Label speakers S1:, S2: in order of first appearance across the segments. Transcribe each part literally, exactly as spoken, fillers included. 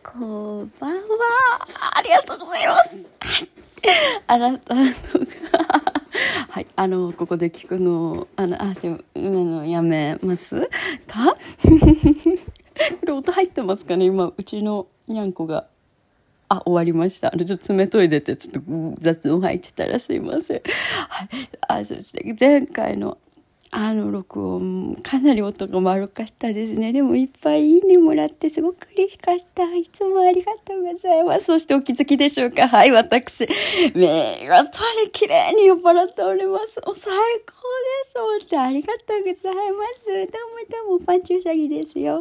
S1: こんばんは。ありがとうございます。あなたのはい、あのここで聞くのあのあでもあのやめますか？これ音入ってますかね？今うちのにゃんこがあ終わりました。あのちょっと爪研いでてちょっと雑音入ってたらすいません。はい、あそして前回のあの録音かなり音が悪かったですね。でもいっぱいいいねもらってすごく嬉しかった。いつもありがとうございます。そしてお気づきでしょうか？はい、私見事に綺麗に酔っ払っております。お最高です。本当ありがとうございます。どうもどうもパンチウサギですよ。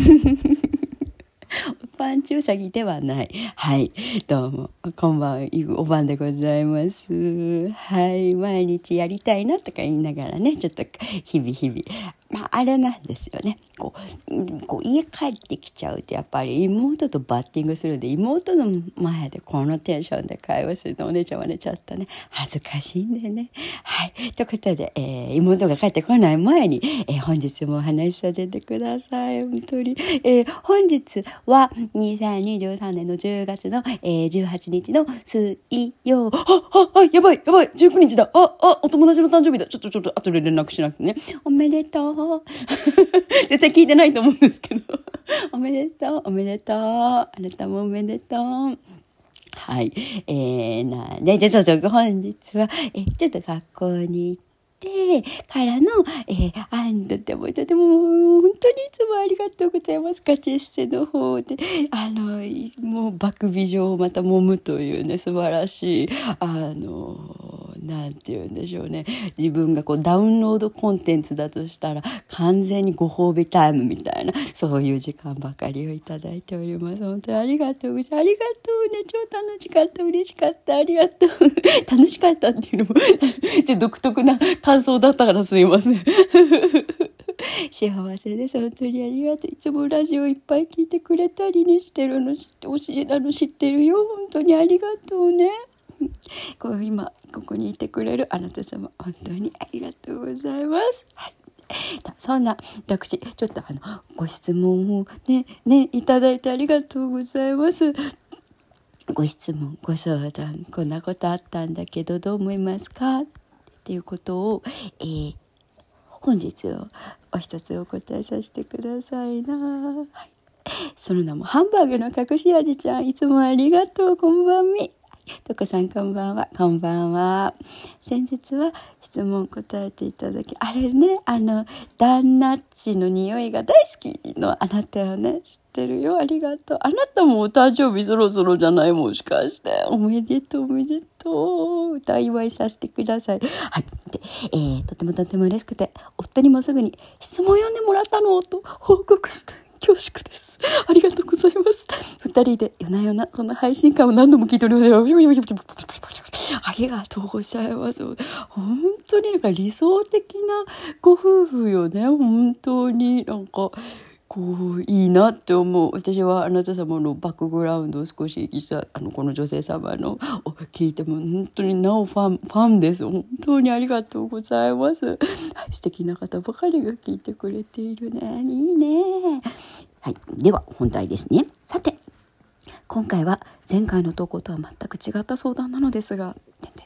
S1: パンチウサギではない。はい、どうもこんばんは、お晩でございます。はい、毎日やりたいなとか言いながらね、ちょっと日々日々まああれなんですよね。こうこう家帰ってきちゃうとやっぱり妹とバッティングするんで、妹の前でこのテンションで会話するとお姉ちゃんはねちょっとね恥ずかしいんでね。はい、ということで、えー、妹が帰ってこない前に、えー、本日もお話しさせてください。本当に、えー、本日はにせんにじゅうさんねんのじゅうがつの、えー、じゅうはちにちの水曜。あああやばいやばいじゅうくにちだ。ああお友達の誕生日だ。ちょっとちょっと後で連絡しなくてね。おめでとう。絶対聞いてないと思うんですけどおめでとうおめでとう、あなたもおめでとう。はい、えー、なんでじゃあちょっと本日は、えー、ちょっと学校に行ってでからの、えー、あんとてもとても本当にいつもありがとうございます。ガチエステの方であのもう爆美女をまた揉むというね素晴らしいあのなんて言うんでしょうね、自分がこうダウンロードコンテンツだとしたら完全にご褒美タイムみたいなそういう時間ばかりをいただいております。本当にありがとうございます。ありがとうね、超楽しかった、嬉しかった、ありがとう楽しかったっていうのもちょっと独特な感想だったからすいません幸せです。本当にありがとう。いつもラジオいっぱい聞いてくれたりねしてるの教えあの知ってるよ。本当にありがとうね。こう今ここにいてくれるあなた様本当にありがとうございます。はい、そんな私ちょっとあのご質問をねねいただいてありがとうございます。ご質問ご相談こんなことあったんだけどどう思いますかっていうことを、えー、本日をお一つお答えさせてくださいな、はい、その名もハンバーグの隠し味ちゃん、いつもありがとう。こんばんみとこさんこんばんは。こんばんは。先日は質問答えていただきあれねあの旦那っちの匂いが大好きのあなたよね、知ってるよ。ありがとう。あなたもお誕生日そろそろじゃない？もしかしておめでとうおめでとう。歌祝いさせてください。はい、で、えー、とてもとても嬉しくて夫にもすぐに質問読んでもらったのと報告して恐縮です。ありがとうございます。二人で夜な夜なその配信会を何度も聞いております。ありがとうございます。本当になんか理想的なご夫婦よね。本当になんかこういいなって思う。私はあなた様のバックグラウンドを少しあのこの女性様のを聞いても本当になおファンファンです。本当にありがとうございます。はい、素敵な方ばかりが聞いてくれているね。いいね。はい、では本題ですね。さて今回は前回の投稿とは全く違った相談なのですが、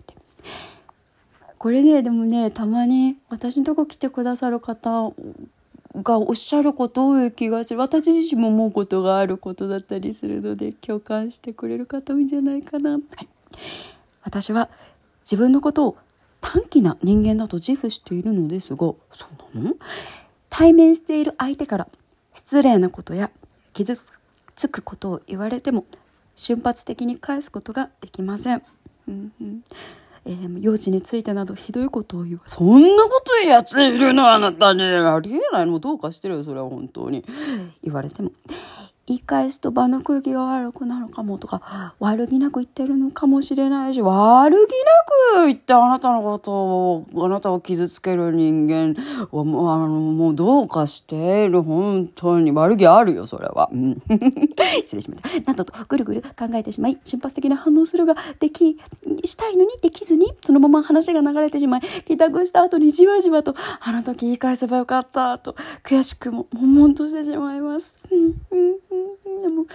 S1: これねでもねたまに私のとこ来てくださる方がおっしゃること多い気がする。私自身も思うことがあることだったりするので共感してくれる方多いんじゃないかな。はい、私は自分のことを短気な人間だと自負しているのですが、そうなの？対面している相手から失礼なことや傷つくことを言われても瞬発的に返すことができません。うんうんえー、容姿についてなどひどいことを言う。そんなこと言うやついるの？あなたにありえないの？どうかしてるよそれは本当に。言われても言い返すと場の空気が悪くなるかもとか悪気なく言ってるのかもしれないし、悪気なく言ってあなたのことをあなたを傷つける人間はもうあのもうどうかしている。本当に悪気あるよそれは、うん、失礼しました。なんとぐるぐる考えてしまい瞬発的な反応するができしたいのにできずにそのまま話が流れてしまい帰宅した後にじわじわとあの時言い返せばよかったと悔しくも悶々としてしまいます。うんうんうん、でも選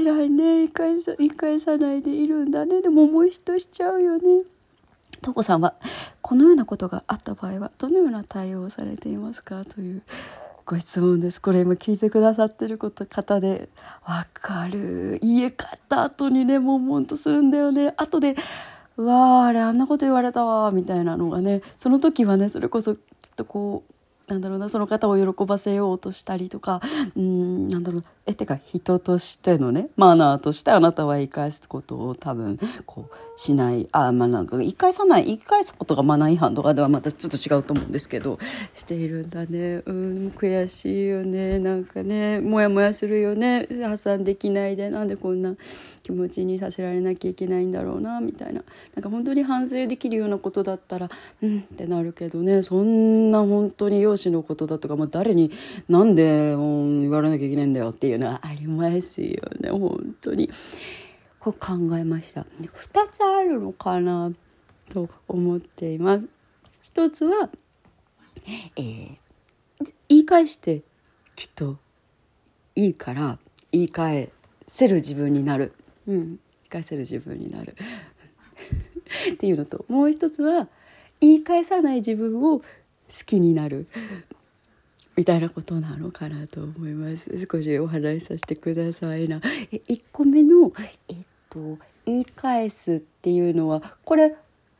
S1: 偉いね、言い返さ、言い返さないでいるんだね。でも重い人しちゃうよね。とこさんはこのようなことがあった場合はどのような対応をされていますかというご質問です。これ今聞いてくださってること方でわかる。家帰った後にね悶々とするんだよね。後でうわーあれあんなこと言われたわみたいなのがね、その時はねそれこそきっとこうなんだろうな、その方を喜ばせようとしたりとか、うーんなんだろうえてか人としてのねマナーとしてあなたは言い返すことを多分こうしない、あまあなんか言い返さない言い返すことがマナー違反とかではまたちょっと違うと思うんですけどしているんだね。うん悔しいよね。なんかねモヤモヤするよね。破産できないでなんでこんな気持ちにさせられなきゃいけないんだろうなみたいな、なんか本当に反省できるようなことだったらうんってなるけどね、そんな本当に容姿のことだとか、まあ、誰になんでもう言われなきゃいけないんだよっていうのはありますよね。本当にこう考えました。ふたつあるのかなと思っています。一つは、えー、言い返してきっといいから言い返せる自分になる、うん、言い返せる自分になるっていうのと、もう一つは言い返さない自分を好きになるみたいなことなのかなと思います。少しお話しさせてくださいな。えいっこめの、えっと、言い返すっていうのはこれ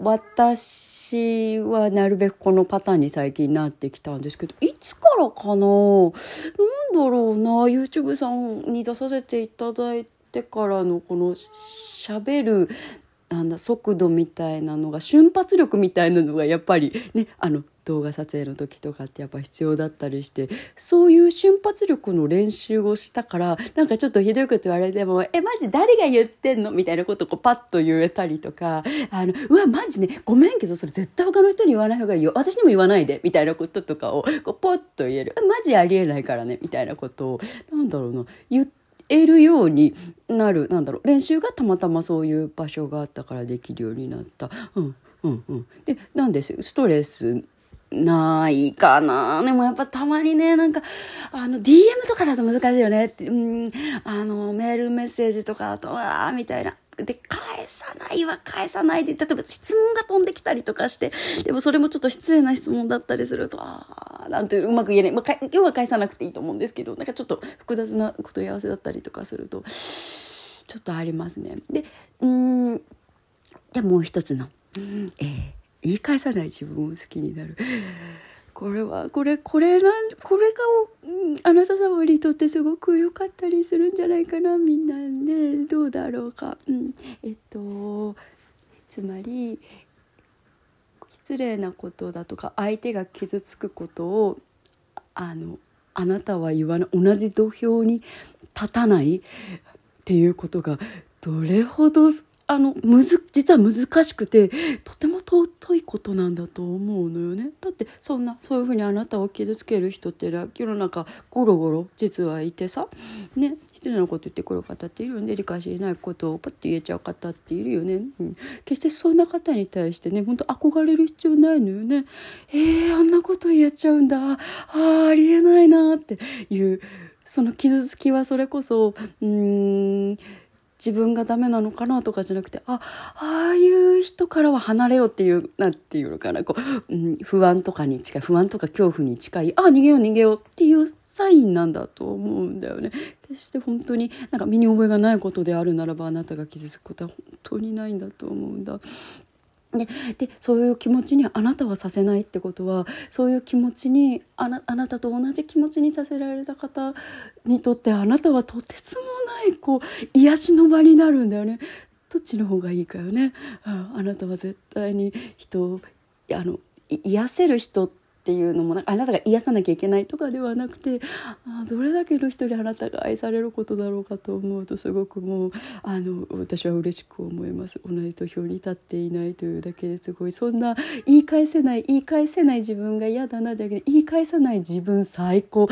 S1: 私はなるべくこのパターンに最近なってきたんですけど、いつからかな、なんだろうな、 YouTube さんに出させていただいてからのこの喋るなんだ速度みたいなのが、瞬発力みたいなのがやっぱりね、あの動画撮影の時とかってやっぱ必要だったりして、そういう瞬発力の練習をしたから、なんかちょっとひどいこと言われてもえマジ誰が言ってんのみたいなことをこうパッと言えたりとか、あのうわマジねごめんけどそれ絶対他の人に言わない方がいいよ、私にも言わないでみたいなこととかをこうポッと言える、マジありえないからねみたいなことをなんだろうな言って得るようになる、なんだろう練習がたまたまそういう場所があったからできるようになった。うんうんうん。でなんでストレスないかな。でもやっぱたまにねなんかあの ディーエム とかだと難しいよねって、うんあのメールメッセージとかだとわーみたいなで返さないは返さないで、例えば質問が飛んできたりとかして、でもそれもちょっと失礼な質問だったりするとあーなんてうまく言えない、まあ、今日は返さなくていいと思うんですけど、なんかちょっと複雑な答え合わせだったりとかするとちょっとありますね。でうーんじゃあもう一つの、えー、言い返さない自分を好きになる。これはこれこれなんこれが、うん、あなた様にとってすごく良かったりするんじゃないかな。みんなねどうだろうか、うん、えっとつまり失礼なことだとか相手が傷つくことをあのあなたは言わない、同じ土俵に立たないっていうことがどれほどあのむず実は難しくてとても尊いことなんだと思うのよね。だってそんなそういうふうにあなたを傷つける人って世の中ゴロゴロ実はいてさ、ね、失礼なこと言ってくる方っているんで、理解しないことをパッと言えちゃう方っているよね、うん、決してそんな方に対してね本当憧れる必要ないのよね。えー、あんなこと言えちゃうんだ、あーありえないなっていうその傷つきはそれこそうーん自分がダメなのかなとかじゃなくて、あああいう人からは離れようっていうなんていうのかな、こう、うん、不安とかに近い不安とか恐怖に近い、あ逃げよう逃げようっていうサインなんだと思うんだよね。決して本当になんか身に覚えがないことであるならばあなたが傷つくことは本当にないんだと思うんだ。で, でそういう気持ちにあなたはさせないってことは、そういう気持ちにあ な, あなたと同じ気持ちにさせられた方にとってあなたはとてつもないこう癒しの場になるんだよね。どっちの方がいいかよね。あ, あなたは絶対に人をあの癒せる人っていうのもなんかあなたが癒さなきゃいけないとかではなくて、あどれだけの人にあなたが愛されることだろうかと思うとすごくもうあの私は嬉しく思います。同じ土俵に立っていないというだけですごい、そんな言い返せない言い返せない自分が嫌だなじゃなくて、言い返さない自分最高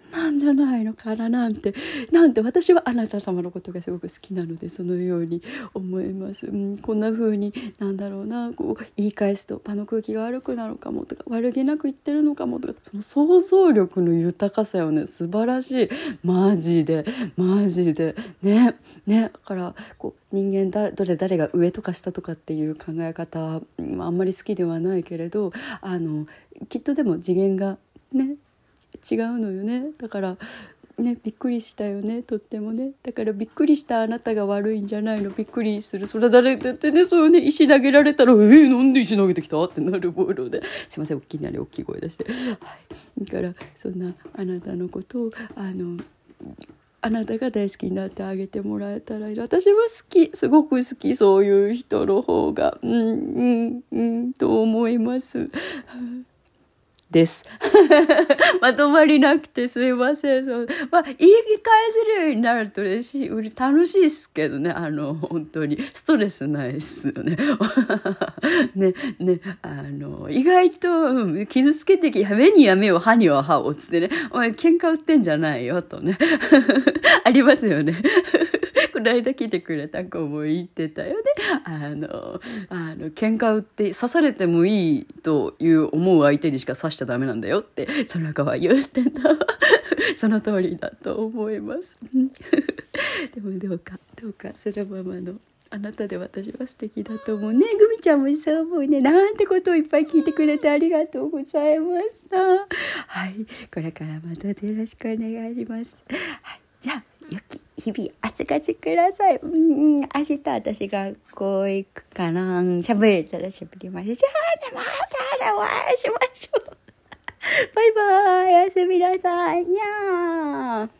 S1: なんじゃないのかななんてなんて私はあなた様のことがすごく好きなのでそのように思います、うん、こんな風になんだろうなこう言い返すと場の空気が悪くなるかもとか悪気なく言ってるのかもとかその想像力の豊かさよね素晴らしいマジでマジでねねだからこう人間だどれ誰が上とか下とかっていう考え方、うん、あんまり好きではないけれどあのきっとでも次元がね違うのよねだからねびっくりしたよねとってもねだからびっくりしたあなたが悪いんじゃないのびっくりするそれは誰だってねそういうね石投げられたらえー、なんで石投げてきたってなるものですいませんいきなり大きい声出して、はい、だからそんなあなたのことをあのあなたが大好きになってあげてもらえたらいい私は好きすごく好きそういう人の方がうんうんうんと思いますですまとまりなくてすいませんそう、まあ、言い返せるようになると嬉しい楽しいっすけどねあの本当にストレスないっすよねねねあの意外と、うん、傷つけてきやめにやめよ歯には歯をつってねお前喧嘩売ってんじゃないよとねありますよねこの間来てくれた子も言ってたよねあのあの喧嘩売って刺されてもいいという思う相手にしか刺しちゃダメなんだよってその子は言ってたその通りだと思いますでもどうかどうかそのままのあなたで私は素敵だと思うねグミちゃんもそう思うねなんてことをいっぱい聞いてくれてありがとうございましたはいこれからまたよろしくお願いします、はい、じゃあ雪日々あつかちください。うん、明日私学校行くかな。喋れたら喋ります。じゃあね、またね、お会いしましょう。バイバイ。おやすみなさい。にゃー。